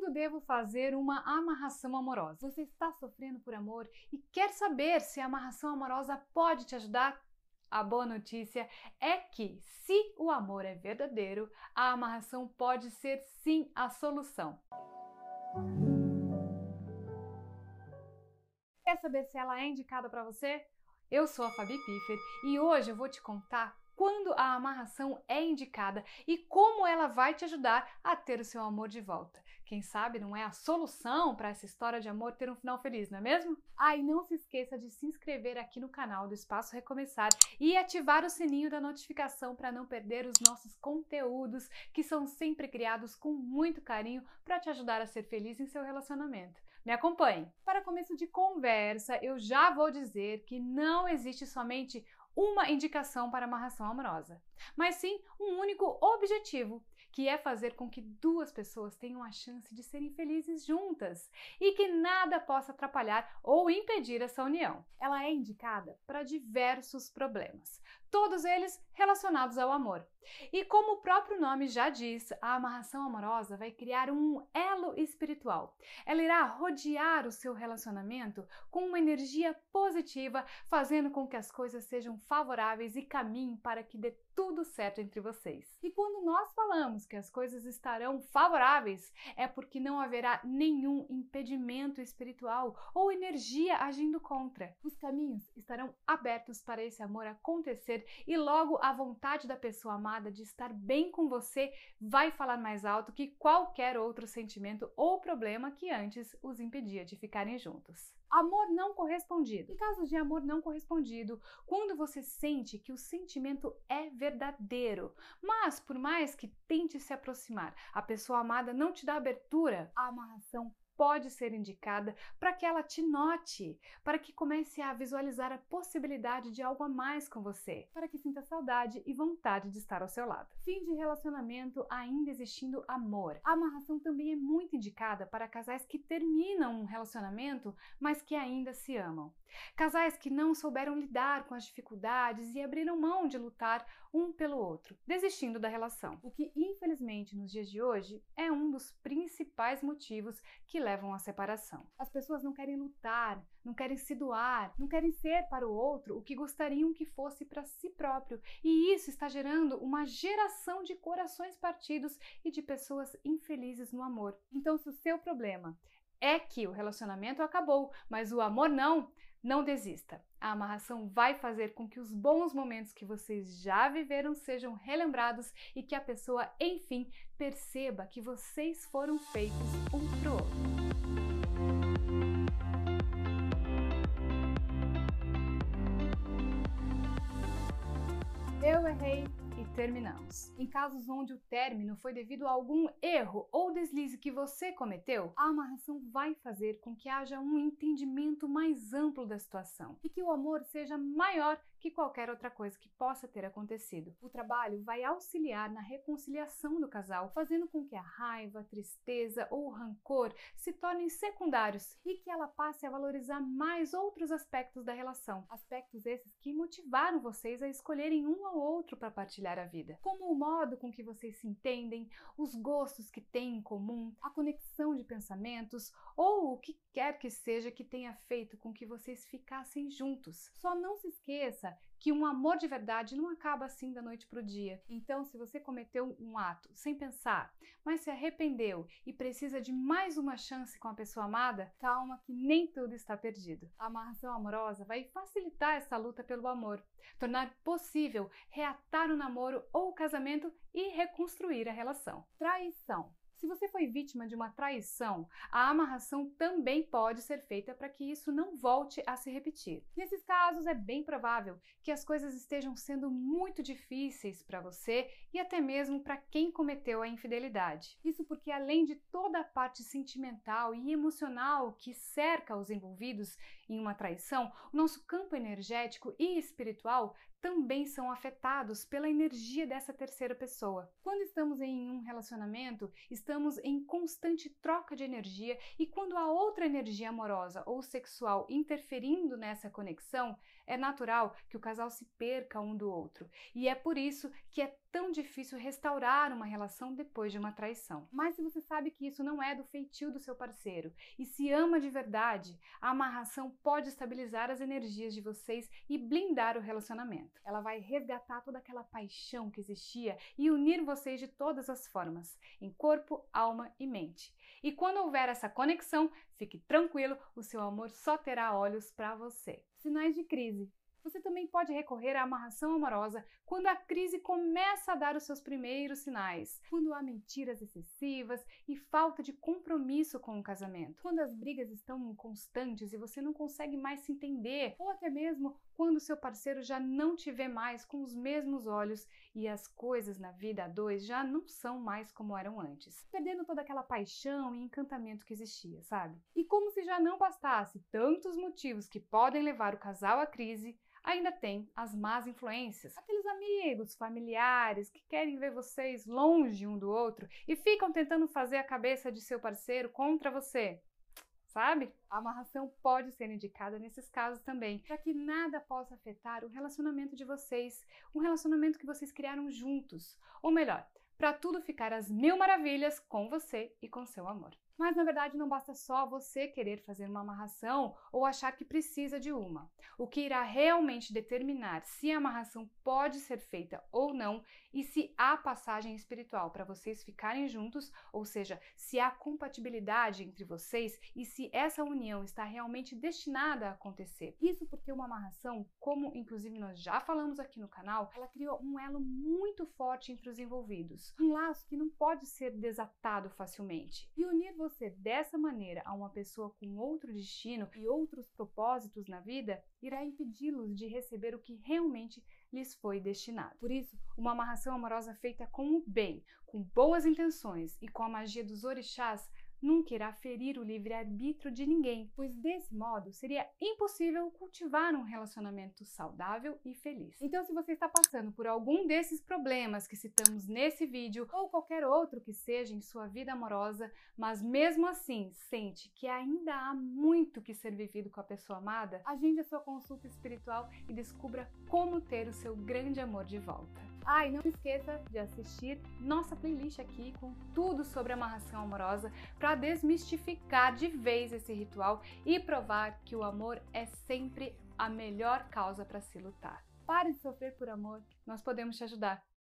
Quando devo fazer uma amarração amorosa? Você está sofrendo por amor e quer saber se a amarração amorosa pode te ajudar? A boa notícia é que, se o amor é verdadeiro, a amarração pode ser sim a solução. Quer saber se ela é indicada para você? Eu sou a Fabi Piffer e hoje eu vou te contar quando a amarração é indicada e como ela vai te ajudar a ter o seu amor de volta. Quem sabe não é a solução para essa história de amor ter um final feliz, não é mesmo? E não se esqueça de se inscrever aqui no canal do Espaço Recomeçar e ativar o sininho da notificação para não perder os nossos conteúdos que são sempre criados com muito carinho para te ajudar a ser feliz em seu relacionamento. Me acompanhe! Para começo de conversa, eu já vou dizer que não existe somente uma indicação para amarração amorosa, mas sim um único objetivo, que é fazer com que duas pessoas tenham a chance de serem felizes juntas e que nada possa atrapalhar ou impedir essa união. Ela é indicada para diversos problemas, todos eles relacionados ao amor. E como o próprio nome já diz, a amarração amorosa vai criar um elo espiritual. Ela irá rodear o seu relacionamento com uma energia positiva, fazendo com que as coisas sejam favoráveis e caminhem para que dê tudo certo entre vocês. E quando nós falamos que as coisas estarão favoráveis, é porque não haverá nenhum impedimento espiritual ou energia agindo contra. Os caminhos estarão abertos para esse amor acontecer e logo a vontade da pessoa amada de estar bem com você vai falar mais alto que qualquer outro sentimento ou problema que antes os impedia de ficarem juntos. Amor não correspondido. Em casos de amor não correspondido, quando você sente que o sentimento é verdadeiro, mas por mais que tente se aproximar, a pessoa amada não te dá abertura, a amarração pode ser indicada para que ela te note, para que comece a visualizar a possibilidade de algo a mais com você, para que sinta saudade e vontade de estar ao seu lado. Fim de relacionamento ainda existindo amor. A amarração também é muito indicada para casais que terminam um relacionamento, mas que ainda se amam. Casais que não souberam lidar com as dificuldades e abriram mão de lutar um pelo outro, desistindo da relação. O que, infelizmente, nos dias de hoje, é um dos principais motivos que levam à separação. As pessoas não querem lutar, não querem se doar, não querem ser para o outro o que gostariam que fosse para si próprio. E isso está gerando uma geração de corações partidos e de pessoas infelizes no amor. Então, se o seu problema é que o relacionamento acabou, mas o amor não desista. A amarração vai fazer com que os bons momentos que vocês já viveram sejam relembrados e que a pessoa, enfim, perceba que vocês foram feitos um pro outro. Eu errei e terminamos. Em casos onde o término foi devido a algum erro ou deslize que você cometeu, a amarração vai fazer com que haja um entendimento mais amplo da situação e que o amor seja maior que qualquer outra coisa que possa ter acontecido. O trabalho vai auxiliar na reconciliação do casal, fazendo com que a raiva, a tristeza ou o rancor se tornem secundários e que ela passe a valorizar mais outros aspectos da relação. Aspectos esses que motivaram vocês a escolherem um ao outro para partilhar a vida, como o modo com que vocês se entendem, os gostos que têm em comum, a conexão de pensamentos ou o que quer que seja que tenha feito com que vocês ficassem juntos. Só não se esqueça que um amor de verdade não acaba assim da noite para o dia. Então, se você cometeu um ato sem pensar, mas se arrependeu e precisa de mais uma chance com a pessoa amada, calma que nem tudo está perdido. A amarração amorosa vai facilitar essa luta pelo amor, tornar possível reatar o namoro ou o casamento e reconstruir a relação. Traição. Se você foi vítima de uma traição, a amarração também pode ser feita para que isso não volte a se repetir. Nesses casos, é bem provável que as coisas estejam sendo muito difíceis para você e até mesmo para quem cometeu a infidelidade. Isso porque, além de toda a parte sentimental e emocional que cerca os envolvidos em uma traição, o nosso campo energético e espiritual também são afetados pela energia dessa terceira pessoa. Quando estamos em um relacionamento, estamos em constante troca de energia, e quando há outra energia amorosa ou sexual interferindo nessa conexão, é natural que o casal se perca um do outro. E é por isso que é tão difícil restaurar uma relação depois de uma traição. Mas se você sabe que isso não é do feitio do seu parceiro e se ama de verdade, a amarração pode estabilizar as energias de vocês e blindar o relacionamento. Ela vai resgatar toda aquela paixão que existia e unir vocês de todas as formas, em corpo, alma e mente. E quando houver essa conexão, fique tranquilo, o seu amor só terá olhos para você. Sinais de crise. Você também pode recorrer à amarração amorosa quando a crise começa a dar os seus primeiros sinais, quando há mentiras excessivas e falta de compromisso com o casamento, quando as brigas estão constantes e você não consegue mais se entender, ou até mesmo quando seu parceiro já não te vê mais com os mesmos olhos e as coisas na vida a dois já não são mais como eram antes, perdendo toda aquela paixão e encantamento que existia, sabe? E como se já não bastasse tantos motivos que podem levar o casal à crise, ainda tem as más influências, aqueles amigos, familiares que querem ver vocês longe um do outro e ficam tentando fazer a cabeça de seu parceiro contra você. Sabe? A amarração pode ser indicada nesses casos também, para que nada possa afetar o relacionamento de vocês, um relacionamento que vocês criaram juntos, ou melhor, para tudo ficar às mil maravilhas com você e com seu amor. Mas na verdade não basta só você querer fazer uma amarração ou achar que precisa de uma. O que irá realmente determinar se a amarração pode ser feita ou não e se há passagem espiritual para vocês ficarem juntos, ou seja, se há compatibilidade entre vocês e se essa união está realmente destinada a acontecer. Isso porque uma amarração, como inclusive nós já falamos aqui no canal, ela criou um elo muito forte entre os envolvidos, um laço que não pode ser desatado facilmente. E unir você dessa maneira a uma pessoa com outro destino e outros propósitos na vida irá impedi-los de receber o que realmente lhes foi destinado. Por isso, uma amarração amorosa feita com o bem, com boas intenções e com a magia dos orixás nunca irá ferir o livre-arbítrio de ninguém, pois desse modo seria impossível cultivar um relacionamento saudável e feliz. Então, se você está passando por algum desses problemas que citamos nesse vídeo, ou qualquer outro que seja em sua vida amorosa, mas mesmo assim sente que ainda há muito que ser vivido com a pessoa amada, agende a sua consulta espiritual e descubra como ter o seu grande amor de volta. E não esqueça de assistir nossa playlist aqui com tudo sobre amarração amorosa para desmistificar de vez esse ritual e provar que o amor é sempre a melhor causa para se lutar. Pare de sofrer por amor, nós podemos te ajudar.